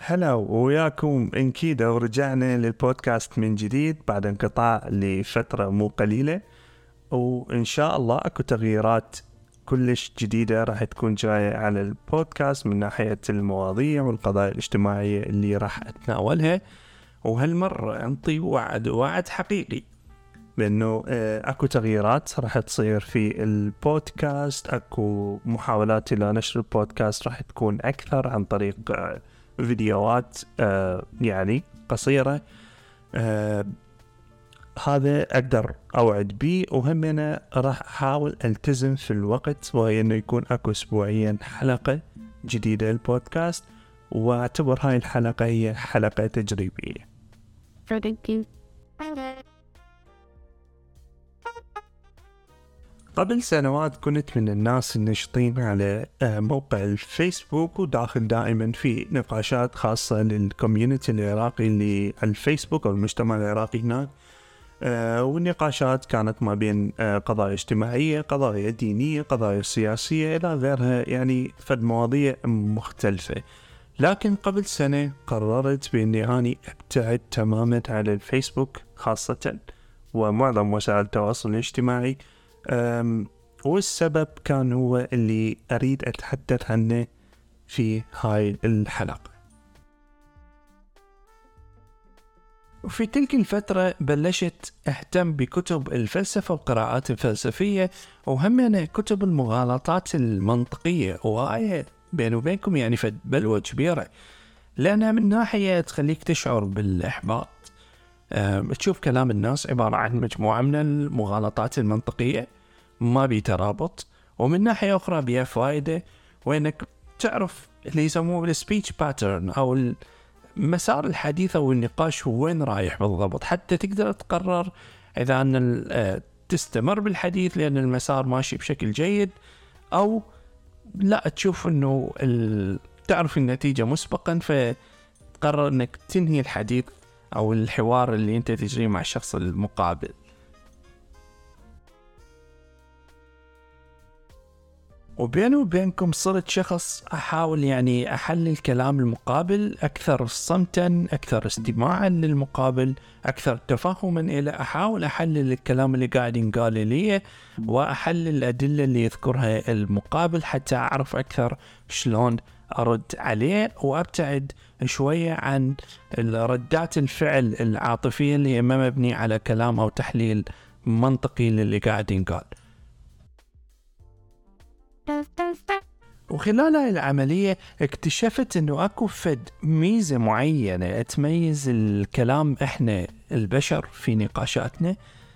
هلا وياكم انكيدا، ورجعنا للبودكاست من جديد بعد انقطاع لفترة مو قليلة، وإن شاء الله أكو تغييرات كلش جديدة راح تكون جاية على البودكاست من ناحية المواضيع والقضايا الاجتماعية اللي راح أتناولها. وهالمرة أنطي وعد حقيقي بأنه أكو تغييرات راح تصير في البودكاست. أكو محاولات إلى نشر البودكاست راح تكون أكثر عن طريق فيديوهات يعني قصيرة. هذا أقدر أوعد بيه، وهم أنا راح أحاول ألتزم في الوقت، وهي أنه يكون أكو أسبوعيا حلقة جديدة البودكاست، واعتبر هاي الحلقة هي حلقة تجريبية. قبل سنوات كنت من الناس النشطين على موقع الفيسبوك، وداخل دائما في نقاشات خاصة للكوميونتي العراقي اللي على الفيسبوك أو المجتمع العراقي هناك. والنقاشات كانت ما بين قضايا اجتماعية، قضايا دينية، قضايا سياسية إلى غيرها، يعني فد مواضيع مختلفة. لكن قبل سنة قررت بأني أني أبتعد تماما على الفيسبوك خاصة ومعظم وسائل التواصل الاجتماعي. والسبب كان هو اللي أريد أتحدث عنه في هاي الحلقة. وفي تلك الفترة بلشت أهتم بكتب الفلسفة والقراءات الفلسفية، وهمنا كتب المغالطات المنطقية، وهاي بيني وبينكم يعني فد بلوة كبيرة، لأنها من ناحية تخليك تشعر بالإحباط. تشوف كلام الناس عبارة عن مجموعة من المغالطات المنطقية ما بيترابط، ومن ناحية أخرى بيها فائدة، وإنك تعرف اللي يسموه السبيتش باترن أو مسار الحديث أو النقاش هو وين رايح بالضبط، حتى تقدر تقرر إذا أن تستمر بالحديث لأن المسار ماشي بشكل جيد، أو لا تشوف أنه تعرف النتيجة مسبقا فتقرر أنك تنهي الحديث أو الحوار اللي أنت تجريه مع الشخص المقابل. وبيني وبينكم صرت شخص أحاول يعني أحلل كلام المقابل أكثر صمتا، أكثر استماعا للمقابل، أكثر تفهما إلى أحاول أحلل الكلام اللي قاعد ينقال لي، وأحلل الأدلة اللي يذكرها المقابل حتى أعرف أكثر شلون أرد عليه، وأبتعد شوية عن ردات الفعل العاطفية اللي ما مبني على كلام أو تحليل منطقي للي قاعد ينقال. وخلال هاي العملية اكتشفت انه اكو فد ميزة معينة تميز الكلام احنا البشر في نقاشاتنا،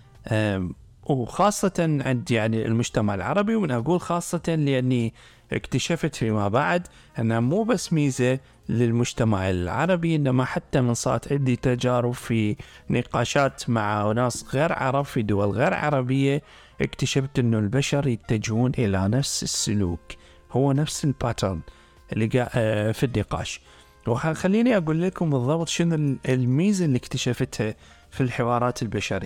وخاصة عند يعني المجتمع العربي. وانا اقول خاصة لاني اكتشفت فيما بعد انها مو بس ميزة للمجتمع العربي، انما حتى من صارت عندي تجارب في نقاشات مع ناس غير عرب في دول غير عربية، اكتشفت انه البشر يتجهون الى نفس السلوك، هو نفس الباترن اللي في النقاش. وخليني اقول لكم بالضبط شنو الميزة اللي اكتشفتها في الحوارات البشرية.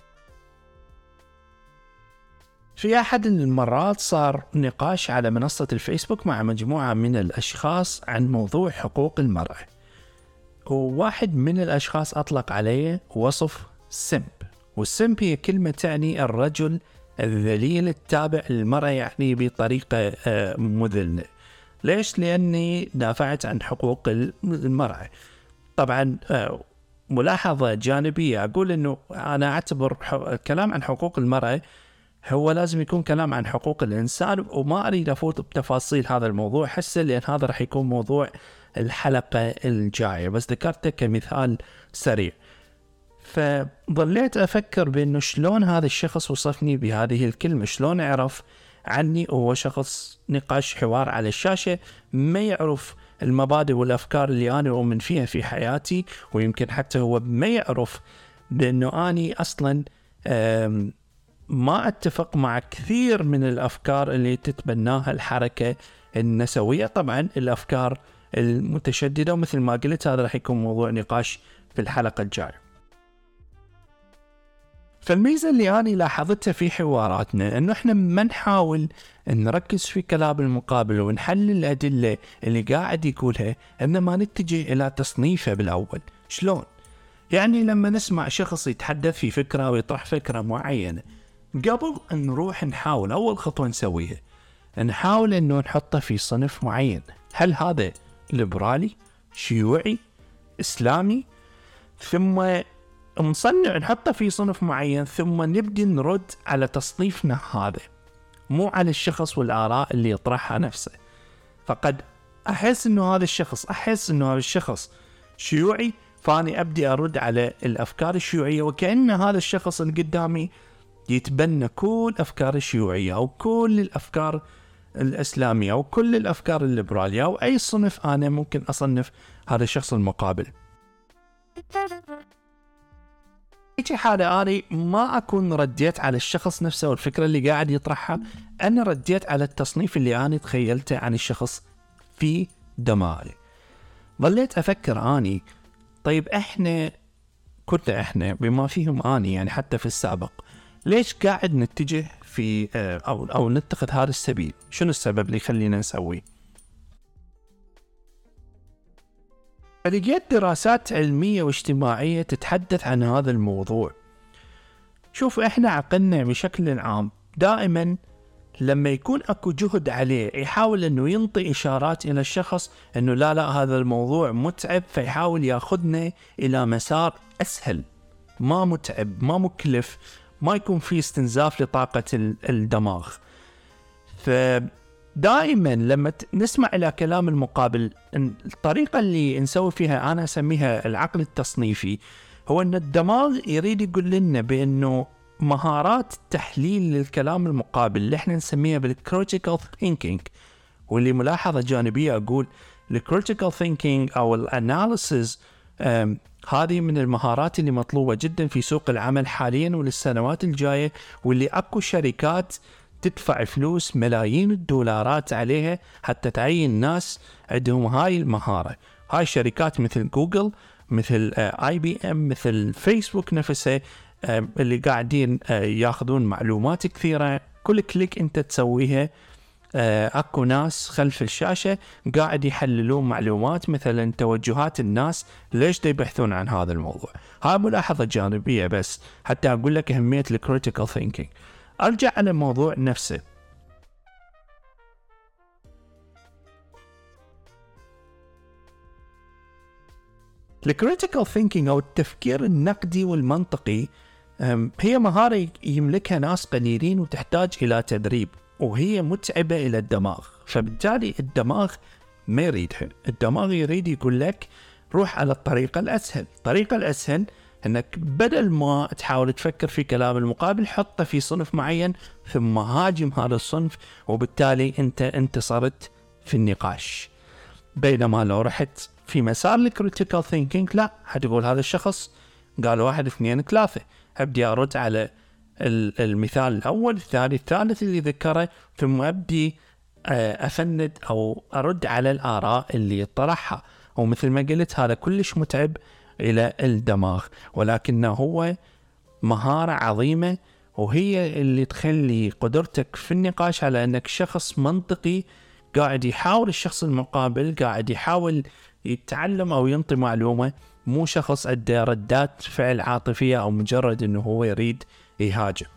في أحد المرات صار نقاش على منصة الفيسبوك مع مجموعة من الأشخاص عن موضوع حقوق المرأة، وواحد من الأشخاص أطلق عليه وصف سمب، والسمب هي كلمة تعني الرجل الذليل التابع للمرأة، يعني بطريقة مذلة. ليش؟ لأني دافعت عن حقوق المرأة. طبعا ملاحظة جانبية، أقول أنه أنا أعتبر الكلام عن حقوق المرأة هو لازم يكون كلام عن حقوق الإنسان، وما أريد أفوت بتفاصيل هذا الموضوع حسه، لأن هذا رح يكون موضوع الحلقة الجاية، بس ذكرته كمثال سريع. فظليت أفكر بأنه شلون هذا الشخص وصفني بهذه الكلمة، شلون عرف عني، وهو شخص نقاش حوار على الشاشة ما يعرف المبادئ والأفكار اللي أنا أؤمن فيها في حياتي، ويمكن حتى هو ما يعرف بأنه أني أصلا ما أتفق مع كثير من الأفكار اللي تتبناها الحركة النسوية، طبعا الأفكار المتشددة، ومثل ما قلت هذا رح يكون موضوع نقاش في الحلقة الجاية. فالميزة اللي أنا لاحظتها في حواراتنا إنه إحنا ما نحاول نركز في كلام المقابل ونحلل الأدلة اللي قاعد يقولها، إنما نتجه إلى تصنيفه بالأول. شلون؟ يعني لما نسمع شخص يتحدث في فكرة ويطرح فكرة معينة، قبل أن نروح نحاول أول خطوة نسويها نحاول إنه نحطه في صنف معين. هل هذا ليبرالي، شيوعي، إسلامي؟ ثم نحطه في صنف معين، ثم نبدأ نرد على تصنيفنا هذا، مو على الشخص والآراء اللي يطرحها نفسه. فقد أحس إنه هذا الشخص شيوعي، فاني أبدأ أرد على الأفكار الشيوعية، وكأن هذا الشخص اللي قدامي يتبنى كل أفكار الشيوعية أو كل الأفكار الإسلامية أو كل الأفكار الليبرالية أو أي صنف أنا ممكن أصنف هذا الشخص المقابل. في حالة أنا ما أكون رديت على الشخص نفسه والفكرة اللي قاعد يطرحها، أنا رديت على التصنيف اللي أنا تخيلته عن الشخص في دماغي. ظليت أفكر أني طيب إحنا بما فيهم أني يعني حتى في السابق، ليش قاعد نتجه في أو نتخذ هذا السبيل؟ شنو السبب اللي يخلينا نسوي؟ فلقيت دراسات علمية واجتماعية تتحدث عن هذا الموضوع. شوف، إحنا عقلنا بشكل عام دائما لما يكون أكو جهد عليه يحاول أنه ينطي إشارات إلى الشخص أنه لا هذا الموضوع متعب، فيحاول ياخذنا إلى مسار أسهل، ما متعب، ما مكلف، ما يكون فيه استنزاف لطاقة الدماغ. فدائما لما نسمع إلى كلام المقابل، الطريقة اللي نسوي فيها أنا أسميها العقل التصنيفي، هو أن الدماغ يريد يقول لنا بأنه مهارات تحليل للكلام المقابل اللي احنا نسميها بالcritical thinking، واللي ملاحظة جانبية أقول الcritical thinking أو الanalysis، هذه من المهارات اللي مطلوبة جدا في سوق العمل حاليا وللسنوات الجاية، واللي أكو شركات تدفع فلوس ملايين الدولارات عليها حتى تعين ناس عندهم هاي المهارة. هاي شركات مثل جوجل، مثل IBM، مثل فيسبوك نفسه، اللي قاعدين ياخذون معلومات كثيرة. كل كليك انت تسويها اكو ناس خلف الشاشة قاعد يحللون معلومات، مثلا توجهات الناس ليش يبحثون عن هذا الموضوع. هاي ملاحظة جانبية بس حتى اقول لك اهمية الكريتيكال ثينكينج. ارجع على الموضوع نفسه. الكريتيكال ثينكينج او التفكير النقدي والمنطقي هي مهارة يملكها ناس قليلين وتحتاج إلى تدريب، وهي متعبة إلى الدماغ، فبالتالي الدماغ ما يريدها. الدماغ يريد يقول لك روح على الطريقة الأسهل. الطريقة الأسهل أنك بدل ما تحاول تفكر في كلام المقابل حطه في صنف معين ثم هاجم هذا الصنف، وبالتالي أنت صرت في النقاش. بينما لو رحت في مسار الكريتيكال ثينكينج، لا، هتقول هذا الشخص قال 1 2 3، أبدي أرد على المثال الأول الثاني الثالث اللي ذكره، ثم أبدي أفند أو أرد على الآراء اللي طرحها. ومثل ما قلت هذا كلش متعب إلى الدماغ، ولكنه هو مهارة عظيمة، وهي اللي تخلي قدرتك في النقاش على أنك شخص منطقي قاعد يحاول الشخص المقابل، قاعد يحاول يتعلم أو ينطي معلومة، مو شخص عنده ردات فعل عاطفية أو مجرد أنه هو يريد يهاجم.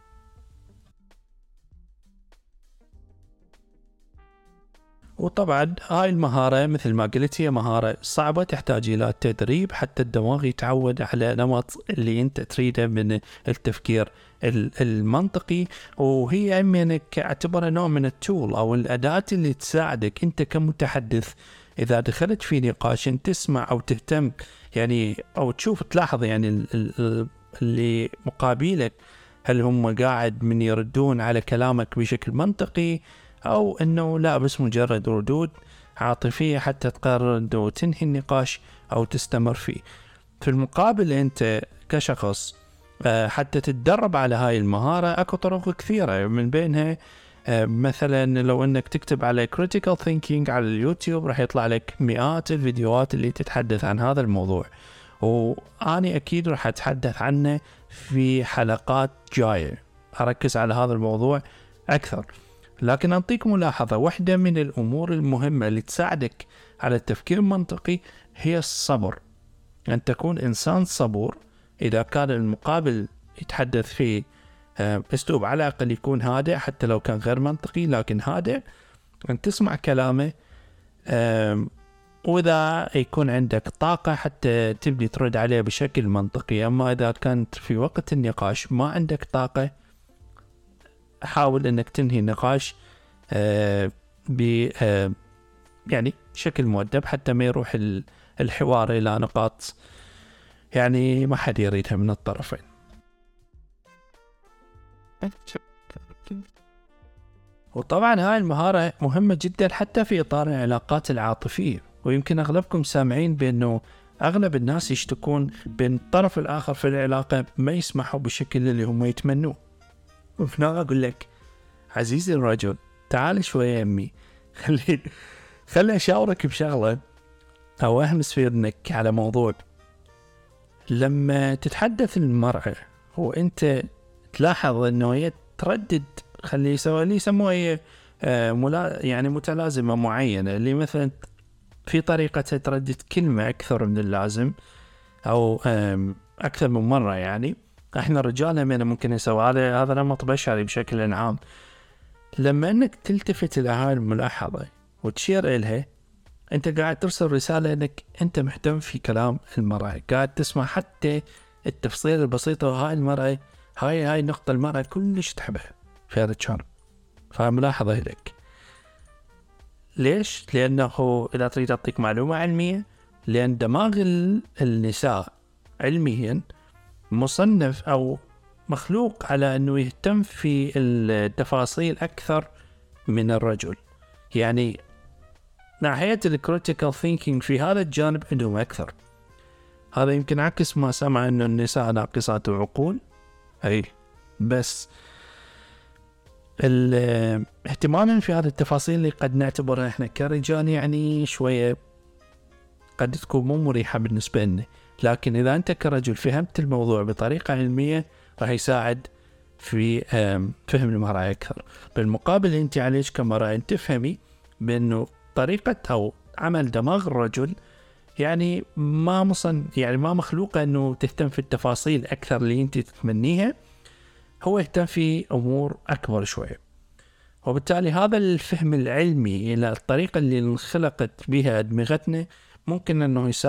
وطبعا هاي المهارة مثل ما قلت هي مهارة صعبة، تحتاج إلى تدريب حتى الدماغ يتعود على نمط اللي أنت تريده من التفكير المنطقي. وهي أمينك اعتبرها نوع من التول أو الأداة اللي تساعدك أنت كمتحدث إذا دخلت في نقاش تسمع أو تهتم يعني، أو تشوف تلاحظ يعني اللي مقابلك هل هم قاعد من يردون على كلامك بشكل منطقي، أو أنه لا بس مجرد ردود عاطفية حتى تقرر أنه تنهي النقاش أو تستمر فيه. في المقابل أنت كشخص حتى تتدرب على هاي المهارة أكو طرق كثيرة، من بينها مثلا لو أنك تكتب على critical thinking على اليوتيوب راح يطلع لك مئات الفيديوهات اللي تتحدث عن هذا الموضوع. وأنا أكيد راح أتحدث عنه في حلقات جاية، أركز على هذا الموضوع أكثر. لكن أعطيك ملاحظة، واحدة من الأمور المهمة اللي تساعدك على التفكير المنطقي هي الصبر، أن تكون إنسان صبور. إذا كان المقابل يتحدث فيه أسلوب على الأقل يكون هادئ، حتى لو كان غير منطقي لكن هادئ، أن تسمع كلامه، وإذا يكون عندك طاقة حتى تبدي ترد عليه بشكل منطقي. أما إذا كانت في وقت النقاش ما عندك طاقة، حاول أنك تنهي النقاش يعني بشكل مؤدب، حتى ما يروح الحوار إلى نقاط يعني ما حد يريدها من الطرفين. وطبعا هاي المهارة مهمة جدا حتى في إطار العلاقات العاطفية. ويمكن أغلبكم سامعين بأنه أغلب الناس يشتكون بأن الطرف الآخر في العلاقة ما يسمحوا بالشكل اللي هم يتمنوه. وهنا أقول لك عزيزي الرجل، تعال شوية يمي، خلي أشاورك بشغلة أو أهمس في أذنك على موضوع. لما تتحدث المرأة وأنت تلاحظ أنه هي تردد، خلي يسموها يعني متلازمة معينة، اللي مثلا في طريقة تردد كلمة أكثر من اللازم أو أكثر من مرة. يعني إحنا الرجال ممكن نسوي هذا نمط بشري بشكل عام. لما أنك تلتفت إلى هاي الملاحظة وتشير إلها، أنت قاعد ترسل رسالة أنك أنت مهتم في كلام المرأة، قاعد تسمع حتى التفصيل البسيطة. وهاي المرأة هاي نقطة المرأة كلش تحبها في هذا الشهر، فملاحظة لك. ليش؟ لأنه إذا تريد أعطيك معلومة علمية، لأن دماغ النساء علميا مصنف أو مخلوق على أنه يهتم في التفاصيل أكثر من الرجل. يعني ناحية الكريتيكال ثينكينج في هذا الجانب عندهم أكثر. هذا يمكن عكس ما سمع أنه النساء ناقصات عقول، بس اهتماما في هذه التفاصيل اللي قد نعتبرها احنا كرجال يعني شوية قد تكون مو مريحة بالنسبة لنا. لكن إذا أنت كرجل فهمت الموضوع بطريقة علمية، راح يساعد في فهم المرأة أكثر. بالمقابل أنت عليك كمرأة أن تفهمي بأنه طريقة أو عمل دماغ الرجل يعني ما مخلوقة أنه تهتم في التفاصيل أكثر اللي أنت تتمنيها، هو يهتم في أمور أكبر شوية. وبالتالي هذا الفهم العلمي إلى الطريقة اللي انخلقت بها أدمغتنا ممكن أنه يساعد